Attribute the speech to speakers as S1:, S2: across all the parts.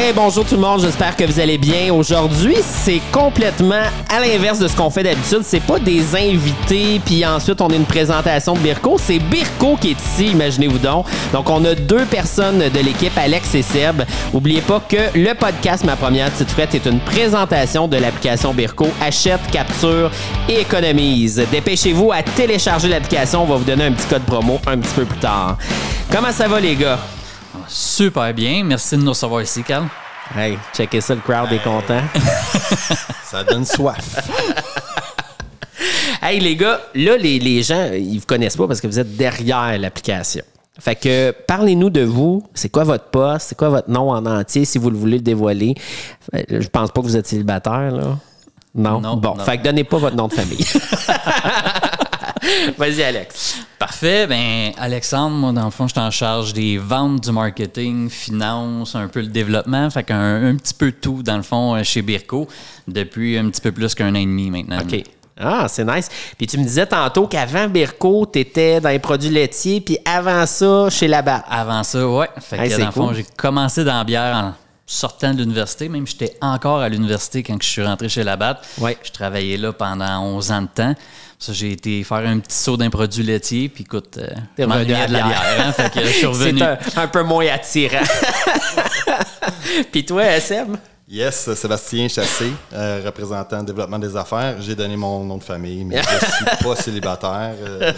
S1: Hey, bonjour tout le monde, j'espère que vous allez bien. Aujourd'hui, c'est complètement à l'inverse de ce qu'on fait d'habitude. C'est pas des invités, puis ensuite on a une présentation de Birko. C'est Birko qui est ici, imaginez-vous donc. Donc on a deux personnes de l'équipe, Alex et Seb. N'oubliez pas que le podcast Ma Première Petite Frette est une présentation de l'application Birko. Achète, capture et économise. Dépêchez-vous à télécharger l'application. On va vous donner un petit code promo un petit peu plus tard. Comment ça va les gars?
S2: Super bien. Merci de nous recevoir ici, Carl.
S1: Hey, checkez ça, le crowd est content.
S3: Ça donne soif.
S1: Hey, les gars, là, les gens, ils vous connaissent pas parce que vous êtes derrière l'application. Fait que, parlez-nous de vous. C'est quoi votre poste? C'est quoi votre nom en entier, si vous le voulez le dévoiler? Je pense pas que vous êtes célibataire, là. Non? Bon, fait que donnez pas votre nom de famille. Vas-y, Alex.
S2: Parfait. Ben, Alexandre, moi, dans le fond, je suis en charge des ventes, du marketing, finance, un peu le développement. Fait qu'un petit peu tout, dans le fond, chez Birko, depuis un petit peu plus qu'un an et demi maintenant.
S1: OK. Ah, c'est nice. Puis tu me disais tantôt qu'avant Birko, tu étais dans les produits laitiers, puis avant ça, chez Labatt.
S2: Avant ça, ouais. Fait que, dans le fond, j'ai commencé dans la bière en sortant de l'université. Même j'étais encore à l'université quand je suis rentré chez Labatt.
S1: Ouais.
S2: Je travaillais là pendant 11 ans de temps. Ça, j'ai été faire un petit saut d'un produit laitier, puis écoute,
S1: t'es revenu à de la bière.
S2: Hein, fait que je suis revenu.
S1: C'est un peu moins attirant. Puis toi, SM?
S3: Yes, Sébastien Chassé, représentant développement des affaires. J'ai donné mon nom de famille, mais je suis pas célibataire.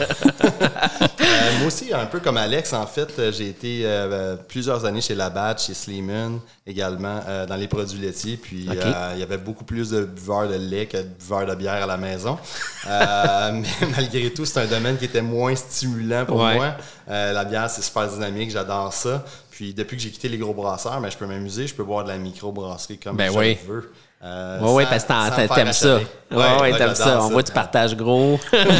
S3: Moi aussi, un peu comme Alex, en fait, j'ai été plusieurs années chez Labatt, chez Sleeman, également dans les produits laitiers. Puis
S1: okay.
S3: Il y avait beaucoup plus de buveurs de lait que de buveurs de bière à la maison. Mais malgré tout, c'est un domaine qui était moins stimulant pour moi. La bière, c'est super dynamique, j'adore ça. Puis depuis que j'ai quitté les gros brasseurs, je peux m'amuser, je peux boire de la micro-brasserie comme je veux.
S1: Oui, parce que t'aimes ça. Oui, t'aimes ça. On voit que tu partages gros.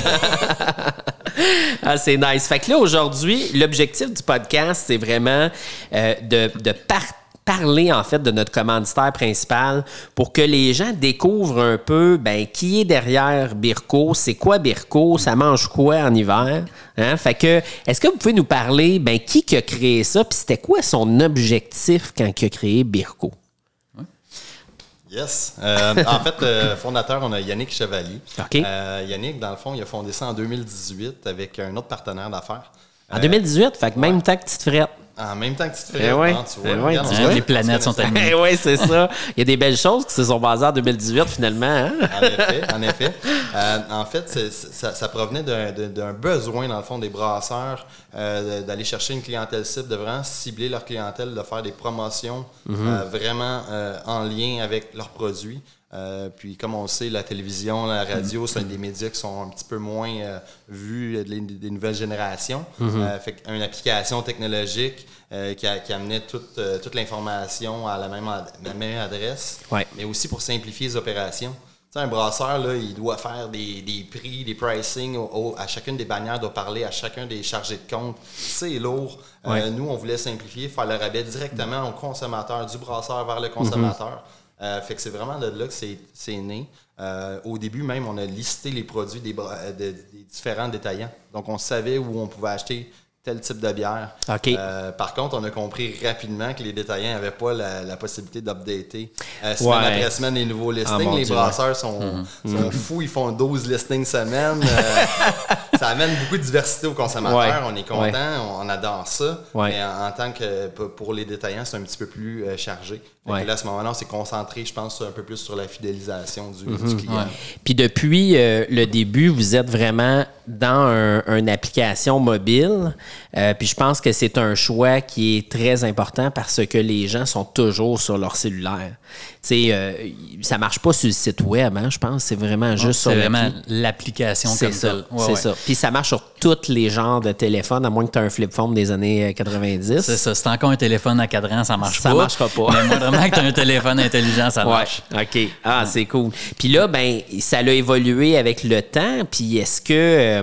S1: Ah, c'est nice. Fait que là, aujourd'hui, l'objectif du podcast, c'est vraiment de parler en fait de notre commanditaire principal pour que les gens découvrent un peu qui est derrière Birko, c'est quoi Birko, ça mange quoi en hiver. Hein? Fait que, est-ce que vous pouvez nous parler qui a créé ça, puis c'était quoi son objectif quand il a créé Birko?
S3: Yes. En fait, le fondateur, on a Yannick Chevalier.
S1: Okay.
S3: Yannick, dans le fond, il a fondé ça en 2018 avec un autre partenaire d'affaires.
S1: En 2018? Fait que même temps que Petite Frette.
S3: En même temps que Petite Frette, tu vois.
S2: Les planètes sont alignées.
S1: Oui, c'est ça. Il y a des belles choses qui se sont basées en 2018, finalement. Hein?
S3: En effet. En fait, ça provenait d'un besoin, dans le fond, des brasseurs d'aller chercher une clientèle cible, de vraiment cibler leur clientèle, de faire des promotions vraiment en lien avec leurs produits. Puis, comme on le sait, la télévision, la radio, c'est des médias qui sont un petit peu moins vus des nouvelles générations. Fait qu'une application technologique qui amenait toute l'information à la même adresse, mais aussi pour simplifier les opérations. Tu sais, un brasseur, là, il doit faire des prix, des pricing à chacune des bannières, doit parler à chacun des chargés de compte. C'est lourd. Nous, on voulait simplifier, faire le rabais directement au consommateur, du brasseur vers le consommateur. Fait que c'est vraiment de là que c'est né. Au début même, on a listé les produits des différents détaillants. Donc, on savait où on pouvait acheter tel type de bière.
S1: Okay.
S3: Par contre, on a compris rapidement que les détaillants n'avaient pas la possibilité d'updater semaine après semaine les nouveaux listings. Les brasseurs sont fous, ils font 12 listings semaine. Ça amène beaucoup de diversité aux consommateurs. On est content, on adore ça. Mais en tant que pour les détaillants, c'est un petit peu plus chargé. Là, à ce moment-là, on s'est concentré, je pense, un peu plus sur la fidélisation du client.
S1: Puis depuis le début, vous êtes vraiment dans une application mobile. Puis je pense que c'est un choix qui est très important parce que les gens sont toujours sur leur cellulaire. Tu sais, ça marche pas sur le site web, hein, je pense. C'est vraiment juste sur
S2: l'application
S1: comme
S2: telle.
S1: C'est ça. Puis ça marche sur tous les genres de téléphones, à moins que tu aies un flip phone des années 90.
S2: C'est ça. Si t'as encore un téléphone à cadran, ça marche pas.
S1: Ça marchera pas.
S2: Mais moi, vraiment que tu as un téléphone intelligent, ça marche.
S1: OK. Ah, c'est cool. Puis là, ça a évolué avec le temps. Puis est-ce que...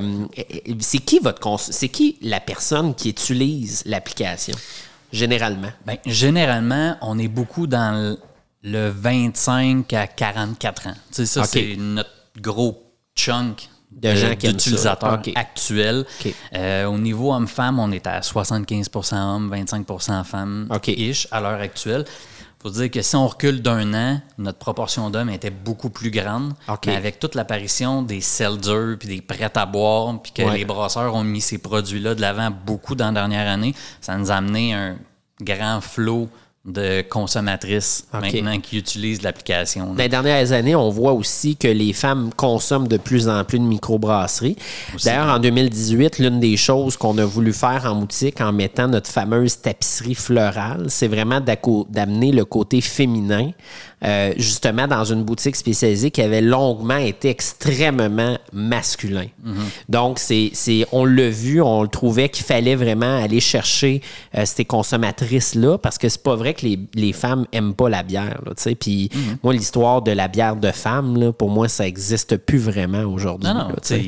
S1: c'est qui la personne qui utilise l'application, généralement?
S2: Généralement, on est beaucoup dans le 25 à 44 ans. Tu sais, ça, c'est notre gros chunk
S1: de gens
S2: d'utilisateurs actuels. Au niveau homme-femme, on est à 75% hommes, 25% femmes ish à l'heure actuelle. faut dire que si on recule d'1 an, notre proportion d'hommes était beaucoup plus grande.
S1: OK.
S2: Mais avec toute l'apparition des seltzers puis des prêts à boire, puis que les brasseurs ont mis ces produits-là de l'avant beaucoup dans la dernière année, ça nous a amené un grand flot de consommatrices maintenant qui utilisent l'application.
S1: Dans les dernières années, on voit aussi que les femmes consomment de plus en plus de microbrasseries. D'ailleurs, en 2018, l'une des choses qu'on a voulu faire en boutique en mettant notre fameuse tapisserie florale, c'est vraiment d'amener le côté féminin, justement dans une boutique spécialisée qui avait longuement été extrêmement masculin. Donc, on l'a vu, on le trouvait qu'il fallait vraiment aller chercher ces consommatrices-là parce que c'est pas vrai que les femmes aiment pas la bière. Puis moi, l'histoire de la bière de femme, là, pour moi, ça existe plus vraiment aujourd'hui.
S2: Non, tu sais,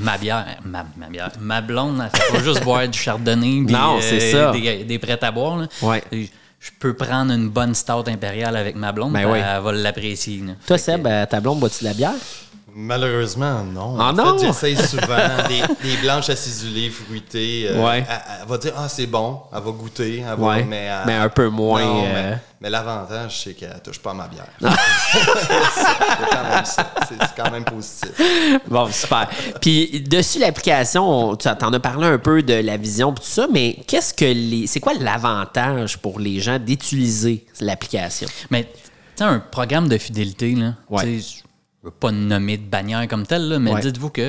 S2: ma blonde, elle fait pas juste boire du chardonnay
S1: non, c'est ça.
S2: Des prêts à boire. Là.
S1: Ouais.
S2: Je peux prendre une bonne stout impériale avec ma blonde, elle va l'apprécier. Là.
S1: Toi, Seb, ta blonde, bois-tu de la bière?
S3: Malheureusement, non.
S1: Ah,
S3: en
S1: non?
S3: fait, j'essaye souvent des blanches acidulées, fruitées. Elle va dire, c'est bon, elle va goûter. Mais
S1: un peu moins.
S3: Non, mais l'avantage, c'est qu'elle ne touche pas à ma bière. C'est quand même ça. C'est quand même positif.
S1: Bon, super. Puis, dessus l'application, tu en as parlé un peu de la vision et tout ça, mais c'est quoi l'avantage pour les gens d'utiliser l'application?
S2: Mais, tu sais, un programme de fidélité, là, je ne veux pas nommer de bannière comme tel, là, mais dites-vous que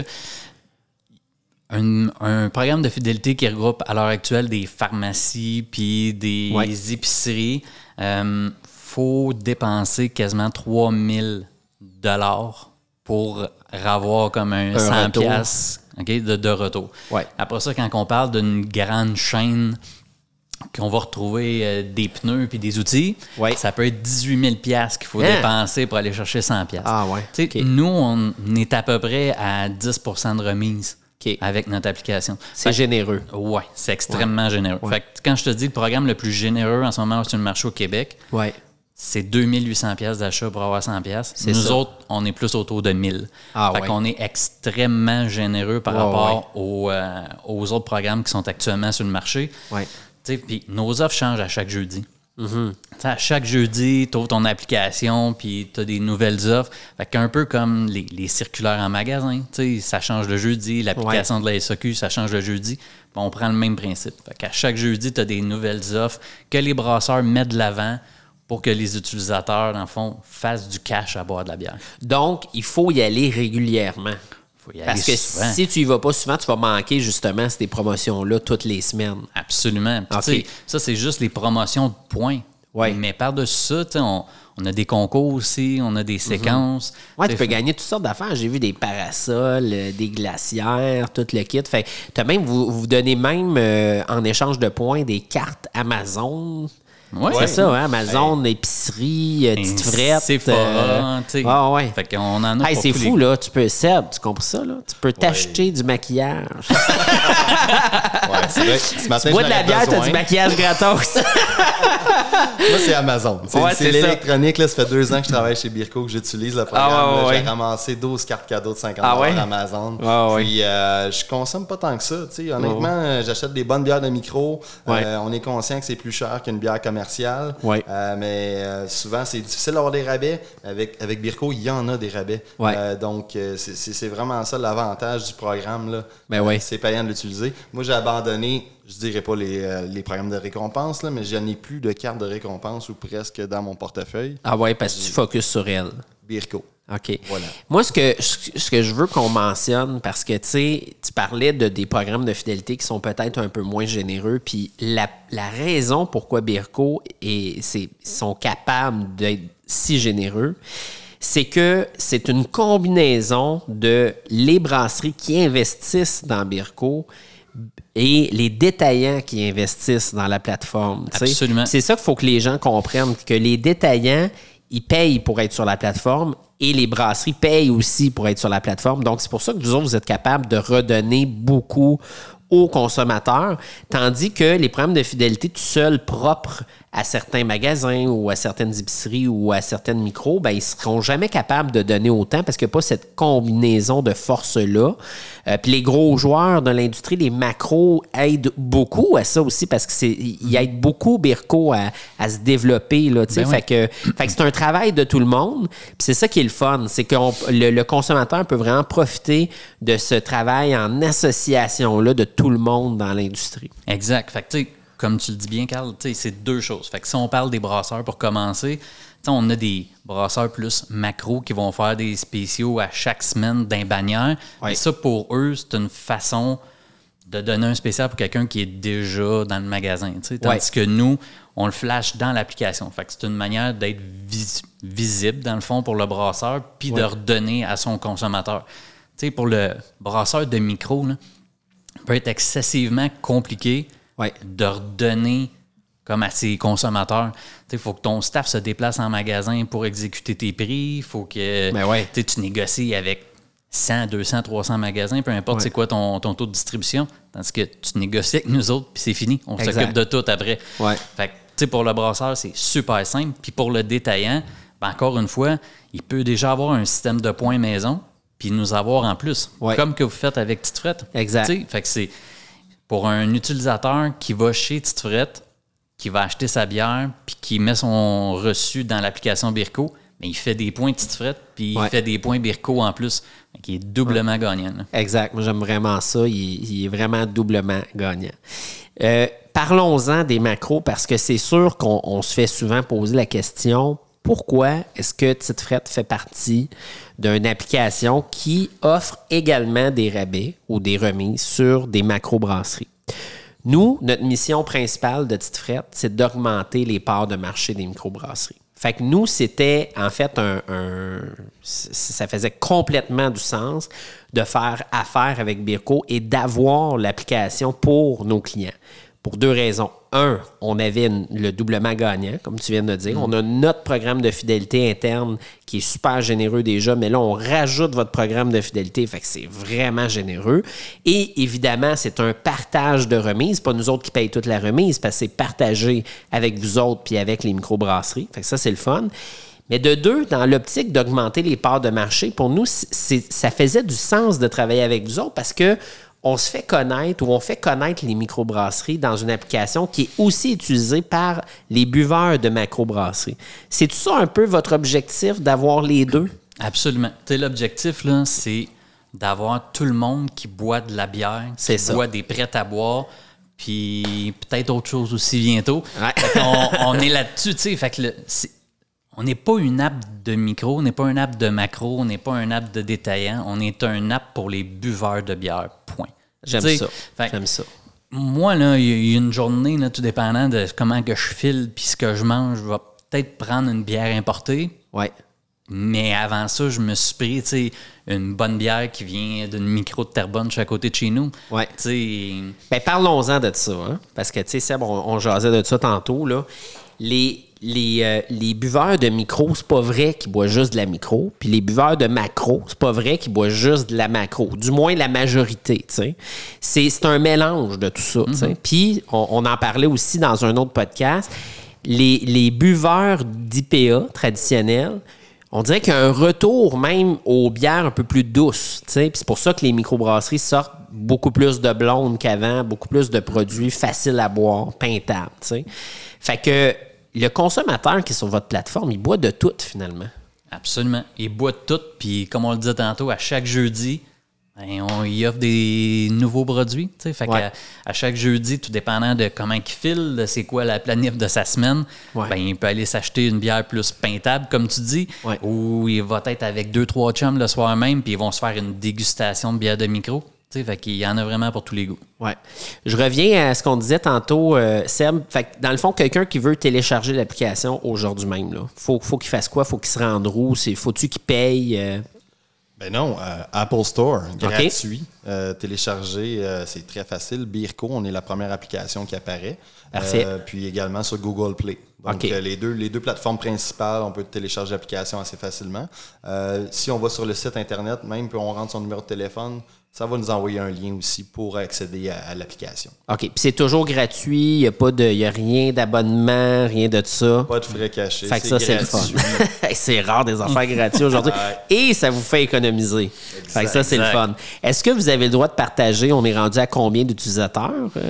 S2: un programme de fidélité qui regroupe à l'heure actuelle des pharmacies puis des épiceries, faut dépenser quasiment 3 000 $ pour avoir comme un 100 piastres de retour.
S1: Ouais.
S2: Après ça, quand on parle d'une grande chaîne qu'on va retrouver des pneus puis des outils, ça peut être 18 000 $ qu'il faut dépenser pour aller chercher 100 $.
S1: Ah ouais.
S2: Nous, on est à peu près à 10 % de remise avec notre application.
S1: C'est généreux.
S2: Oui, c'est extrêmement généreux. Fait que quand je te dis le programme le plus généreux en ce moment sur le marché au Québec, c'est 2800 $ d'achat pour avoir 100 $. Nous autres, on est plus autour de 1000. Fait qu'on est extrêmement généreux par rapport aux autres programmes qui sont actuellement sur le marché. Puis nos offres changent à chaque jeudi. À chaque jeudi, tu ouvres ton application puis tu as des nouvelles offres. Fait qu'un peu comme les circulaires en magasin. Ça change le jeudi. L'application de la SAQ, ça change le jeudi. On prend le même principe. Fait qu'à chaque jeudi, tu as des nouvelles offres que les brasseurs mettent de l'avant pour que les utilisateurs, dans le fond, fassent du cash à boire de la bière.
S1: Donc, il faut y aller régulièrement. Parce que si tu y vas pas souvent, tu vas manquer justement ces promotions-là toutes les semaines.
S2: Absolument. Puis, ça, c'est juste les promotions de points. Mais par-dessus ça, on a des concours aussi, on a des séquences.
S1: Tu peux gagner toutes sortes d'affaires. J'ai vu des parasols, des glacières, tout le kit. Fait vous donnez même en échange de points des cartes Amazon. C'est ça, hein? Amazon, épicerie, petite frette.
S2: Sephora, tu sais. Fait qu'on en a
S1: c'est fou, là. Tu peux, Seb, tu comprends ça, là? Tu peux t'acheter du maquillage.
S3: C'est vrai. Ce matin,
S1: tu bois de la bière, t'as du maquillage gratos.
S3: Moi, c'est Amazon. C'est l'électronique, là. Ça fait 2 ans que je travaille chez Birko, que j'utilise le programme. J'ai ramassé 12 cartes cadeaux de 50 $ Amazon. Puis, je consomme pas tant que ça. Honnêtement, j'achète des bonnes bières de micro. On est conscient que c'est plus cher qu'une bière commerciale. Mais souvent, c'est difficile d'avoir des rabais. Avec Birko, il y en a des rabais. Donc, c'est vraiment ça l'avantage du programme. Là. C'est payant de l'utiliser. Moi, j'ai abandonné, je dirais pas les programmes de récompense, là, mais je n'ai plus de carte de récompense ou presque dans mon portefeuille.
S1: Parce que tu focuses sur elle.
S3: Birko.
S1: OK.
S3: Voilà.
S1: Moi, ce que je veux qu'on mentionne, parce que tu parlais des programmes de fidélité qui sont peut-être un peu moins généreux, puis la raison pourquoi Birko sont capables d'être si généreux, c'est que c'est une combinaison de les brasseries qui investissent dans Birko et les détaillants qui investissent dans la plateforme.
S2: Absolument.
S1: C'est ça qu'il faut que les gens comprennent, que les détaillants, ils payent pour être sur la plateforme et les brasseries payent aussi pour être sur la plateforme. Donc, c'est pour ça que vous autres, vous êtes capables de redonner beaucoup aux consommateurs, tandis que les programmes de fidélité tout seuls propres à certains magasins ou à certaines épiceries ou à certaines micros, ben, ils ne seront jamais capables de donner autant parce qu'il n'y a pas cette combinaison de forces-là. Puis les gros joueurs de l'industrie, les macros, aident beaucoup à ça aussi parce qu'ils aident beaucoup Birko à se développer. Là,
S2: Ben
S1: fait que c'est un travail de tout le monde. Puis c'est ça qui est le fun, c'est que le consommateur peut vraiment profiter de ce travail en association-là de tout le monde dans l'industrie.
S2: Exact. Fait que, tu sais, comme tu le dis bien, Carl, c'est deux choses. Fait que si on parle des brasseurs pour commencer, on a des brasseurs plus macro qui vont faire des spéciaux à chaque semaine d'un bannière.
S1: Ouais.
S2: Et ça, pour eux, c'est une façon de donner un spécial pour quelqu'un qui est déjà dans le magasin. Tandis que nous, on le flash dans l'application. Fait que c'est une manière d'être visible, dans le fond, pour le brasseur, puis de redonner à son consommateur. T'sais, pour le brasseur de micro, là, peut être excessivement compliqué de redonner comme à ses consommateurs. Il faut que ton staff se déplace en magasin pour exécuter tes prix. Il faut que tu négocies avec 100, 200, 300 magasins, peu importe c'est quoi ton taux de distribution. Tandis que tu négocies avec nous autres, puis c'est fini. On s'occupe de tout après. Fait que, pour le brasseur, c'est super simple. Puis pour le détaillant, ben, encore une fois, il peut déjà avoir un système de points maison puis nous avoir en plus, comme que vous faites avec Tite Frette.
S1: Exact.
S2: Fait que c'est pour un utilisateur qui va chez Tite Frette, qui va acheter sa bière, puis qui met son reçu dans l'application Birko, mais il fait des points Tite Frette, puis il fait des points Birko en plus, qui est doublement gagnant. Là.
S1: Exact. Moi, j'aime vraiment ça. Il est vraiment doublement gagnant. Parlons-en des macros, parce que c'est sûr qu'on se fait souvent poser la question, pourquoi est-ce que Tite Frette fait partie d'une application qui offre également des rabais ou des remises sur des macrobrasseries? Nous, notre mission principale de Tite Frette, c'est d'augmenter les parts de marché des microbrasseries. Fait que nous, c'était en fait ça faisait complètement du sens de faire affaire avec Birko et d'avoir l'application pour nos clients. Pour deux raisons. Un, on avait le doublement gagnant, comme tu viens de dire. On a notre programme de fidélité interne qui est super généreux déjà, mais là, on rajoute votre programme de fidélité, fait que c'est vraiment généreux. Et évidemment, c'est un partage de remise. Pas nous autres qui payent toute la remise, parce que c'est partagé avec vous autres puis avec les microbrasseries. Fait que ça, c'est le fun. Mais de deux, dans l'optique d'augmenter les parts de marché, pour nous, ça faisait du sens de travailler avec vous autres parce que on se fait connaître ou on fait connaître les microbrasseries dans une application qui est aussi utilisée par les buveurs de macrobrasseries. C'est tout ça un peu votre objectif d'avoir les deux?
S2: Absolument. L'objectif, là, c'est d'avoir tout le monde qui boit de la bière, qui boit des prêts à boire, puis peut-être autre chose aussi bientôt. Fait on est là-dessus, tu sais. Fait que on n'est pas une app de micro, on n'est pas une app de macro, on n'est pas une app de détaillant, on est un app pour les buveurs de bière, point.
S1: J'aime ça. J'aime ça.
S2: Moi, là, il y a une journée, là, tout dépendant de comment que je file puis ce que je mange, je vais peut-être prendre une bière importée.
S1: Ouais.
S2: Mais avant ça, je me suis pris, tu sais, une bonne bière qui vient d'une micro de Terrebonne, je suis à côté de chez nous.
S1: Ouais.
S2: Tu sais.
S1: Ben, parlons-en de ça, hein? Parce que, tu sais, Seb, on jasait de ça tantôt, là. Les buveurs de micro, c'est pas vrai qu'ils boivent juste de la micro. Puis les buveurs de macro, c'est pas vrai qu'ils boivent juste de la macro. Du moins, la majorité, tu sais. C'est un mélange de tout ça, tu sais. Puis, on en parlait aussi dans un autre podcast. Les buveurs d'IPA traditionnels, on dirait qu'il y a un retour même aux bières un peu plus douces, tu sais. Puis c'est pour ça que les microbrasseries sortent beaucoup plus de blondes qu'avant, beaucoup plus de produits faciles à boire, pintables, tu sais. Fait que le consommateur qui est sur votre plateforme, il boit de tout, finalement.
S2: Absolument. Il boit de tout, puis comme on le disait tantôt, à chaque jeudi, ben, on y offre des nouveaux produits. Fait qu'à chaque jeudi, tout dépendant de comment il file, de c'est quoi la planif de sa semaine, ben, il peut aller s'acheter une bière plus pintable, comme tu dis, ou il va être avec 2-3 chums le soir même, puis ils vont se faire une dégustation de bière de micro. Fait qu'il y en a vraiment pour tous les goûts. Ouais.
S1: Je reviens à ce qu'on disait tantôt, Seb. Fait que dans le fond, quelqu'un qui veut télécharger l'application aujourd'hui même, là, faut qu'il fasse quoi? Faut qu'il se rende où? Faut-tu qu'il paye?
S3: Ben non, Apple Store, gratuit. Télécharger, c'est très facile. Birko, on est la première application qui apparaît.
S1: Parfait.
S3: Puis également sur Google Play. Donc, les deux plateformes principales, on peut télécharger l'application assez facilement. Si on va sur le site Internet, même puis on rentre son numéro de téléphone, ça va nous envoyer un lien aussi pour accéder à l'application.
S1: OK. Puis c'est toujours gratuit. Il n'y a rien d'abonnement, rien de ça.
S3: Pas de frais cachés.
S1: Fait que ça, c'est le fun. C'est rare des affaires gratuites aujourd'hui. Et ça vous fait économiser. Fait que ça, c'est le fun. Est-ce que vous avez le droit de partager? On est rendu à combien d'utilisateurs?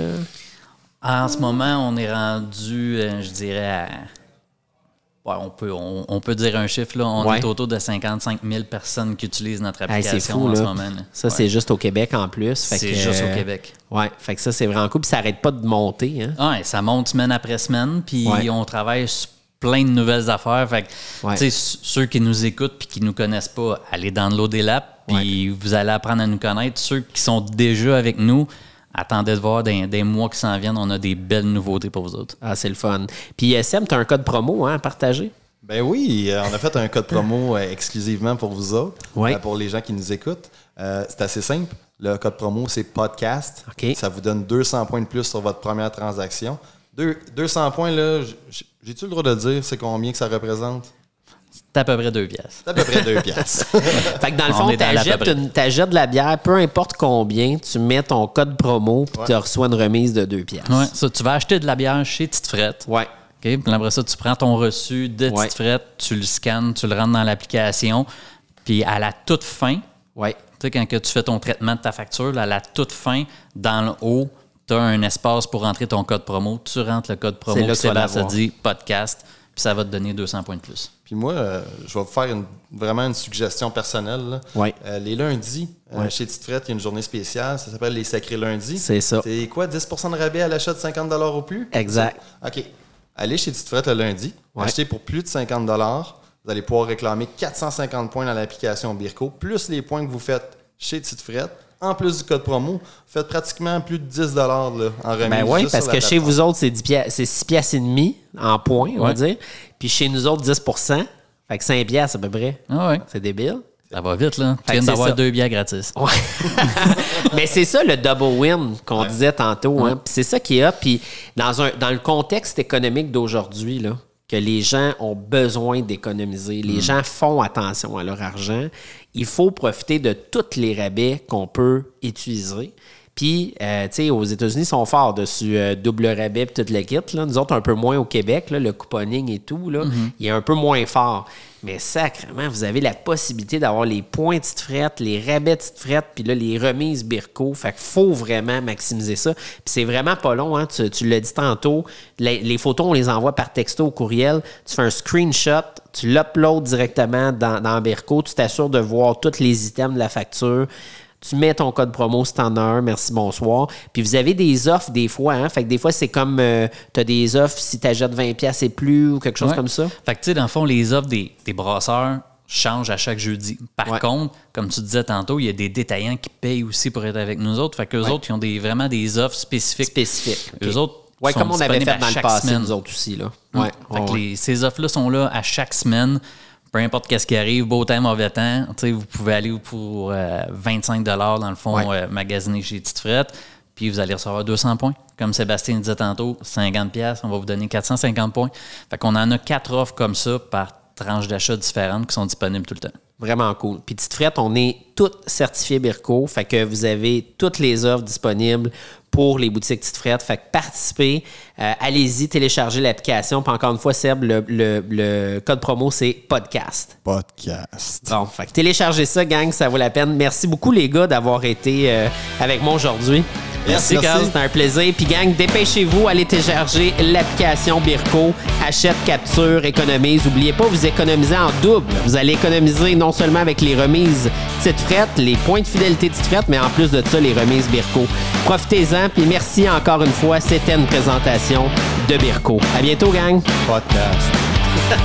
S2: En ce moment, on est rendu, je dirais, à... Ouais, on peut dire un chiffre, là. On est autour de 55 000 personnes qui utilisent notre application
S1: c'est fou,
S2: en
S1: là.
S2: ce moment. Là.
S1: Ça, c'est juste au Québec en plus.
S2: C'est juste au Québec.
S1: Oui, fait que ça, c'est vraiment cool. Puis ça n'arrête pas de monter. Hein?
S2: Ouais, ça monte semaine après semaine. Puis on travaille sur plein de nouvelles affaires. Fait que, tu sais, ceux qui nous écoutent puis qui nous connaissent pas, allez downloader l'app. Puis vous allez apprendre à nous connaître. Ceux qui sont déjà avec nous, attendez de voir des mois qui s'en viennent. On a des belles nouveautés pour vous autres.
S1: Ah, c'est le fun. Puis Seb, tu as un code promo à partager?
S3: Ben oui, on a fait un code promo exclusivement pour vous autres, pour les gens qui nous écoutent. C'est assez simple. Le code promo, c'est podcast.
S1: Okay.
S3: Ça vous donne 200 points de plus sur votre première transaction. 200 points, là, j'ai-tu le droit de dire c'est combien que ça représente?
S2: C'est à peu près 2 piastres.
S3: C'est à peu près 2 piastres.
S1: Fait que dans le fond, t'achètes de la bière, peu importe combien, tu mets ton code promo puis tu reçois une remise de 2 piastres.
S2: Oui, ça, tu vas acheter de la bière chez Tite Frette.
S1: Oui.
S2: Okay? Puis après ça, tu prends ton reçu de Tite Frette, tu le scannes, tu le rentres dans l'application. Puis à la toute fin, tu sais, quand que tu fais ton traitement de ta facture, là, à la toute fin, dans le haut, tu as un espace pour rentrer ton code promo. Tu rentres le code promo, ça dit podcast, puis ça va te donner 200 points de plus.
S3: Puis moi, je vais vous faire vraiment une suggestion personnelle. Les lundis, chez Tite Frette, il y a une journée spéciale. Ça s'appelle les Sacrés Lundis.
S1: C'est ça.
S3: C'est quoi, 10% de rabais à l'achat de 50 $ au plus?
S1: Exact.
S3: OK. Allez chez Tite Frette le lundi. Achetez pour plus de 50 $. Vous allez pouvoir réclamer 450 points dans l'application Birko, plus les points que vous faites chez Tite Frette. En plus du code promo, vous faites pratiquement plus de 10 $ là, en remise.
S1: Ben oui, parce que chez vous autres, c'est 6 piastres et demi en points, on va dire. Puis chez nous autres, 10%. Fait que 5 piastres à peu près.
S2: Ah ouais.
S1: C'est débile.
S2: Ça va vite, là. Tu viens d'avoir 2 bières gratis.
S1: Ouais. Mais c'est ça le double win qu'on disait tantôt. Hein? Puis c'est ça qui est up. Puis dans le contexte économique d'aujourd'hui, là, que les gens ont besoin d'économiser, les gens font attention à leur argent, il faut profiter de tous les rabais qu'on peut utiliser. Puis, tu sais, aux États-Unis, ils sont forts dessus, double rabais et toute la kit. Là. Nous autres, un peu moins au Québec, là, le couponing et tout, là, il est un peu moins fort. Mais sacrément, vous avez la possibilité d'avoir les points Tite Frette, les rabais Tite Frette, puis là, les remises Birko. Fait qu'il faut vraiment maximiser ça. Puis c'est vraiment pas long, hein. Tu l'as dit tantôt, les photos, on les envoie par texto ou courriel. Tu fais un screenshot, tu l'uploads directement dans Birko, tu t'assures de voir tous les items de la facture. Tu mets ton code promo si t'en as un, merci, bonsoir. Puis vous avez des offres des fois, hein? Fait que des fois, c'est comme tu as des offres si tu achètes 20$ et plus ou quelque chose comme ça.
S2: Fait que tu sais, dans le fond, les offres des brasseurs changent à chaque jeudi. Par contre, comme tu disais tantôt, il y a des détaillants qui payent aussi pour être avec nous autres. Fait qu'eux autres, ils ont vraiment des offres spécifiques.
S1: Okay.
S2: Eux autres,
S1: comme on avait fait dans le passé,
S2: semaine.
S1: nous autres aussi. Là.
S2: Fait que ces offres-là sont là à chaque semaine. Peu importe qu'est-ce qui arrive, beau temps, mauvais temps, vous pouvez aller pour 25$ dans le fond, magasiner chez Tite Frette, puis vous allez recevoir 200 points. Comme Sébastien disait tantôt, 50$, on va vous donner 450 points. Fait qu'on en a 4 offres comme ça par tranche d'achat différentes qui sont disponibles tout le temps.
S1: Vraiment cool. Puis Tite Frette, on est toutes certifiées Birko, fait que vous avez toutes les offres disponibles pour les boutiques Tite Frette. Fait que participez, allez-y, téléchargez l'application. Puis encore une fois, Seb, le code promo, c'est podcast.
S3: Podcast.
S1: Bon, fait que téléchargez ça, gang, ça vaut la peine. Merci beaucoup, les gars, d'avoir été avec moi aujourd'hui.
S2: Merci, Carl.
S1: C'était un plaisir. Puis, gang, dépêchez-vous, allez télécharger l'application Birko. Achète, capture, économise. N'oubliez pas, vous économisez en double. Vous allez économiser non seulement avec les remises Tite Frette, les points de fidélité Tite Frette, mais en plus de ça, les remises Birko. Profitez-en, puis merci encore une fois. C'était une présentation de Birko. À bientôt, gang.
S3: Podcast.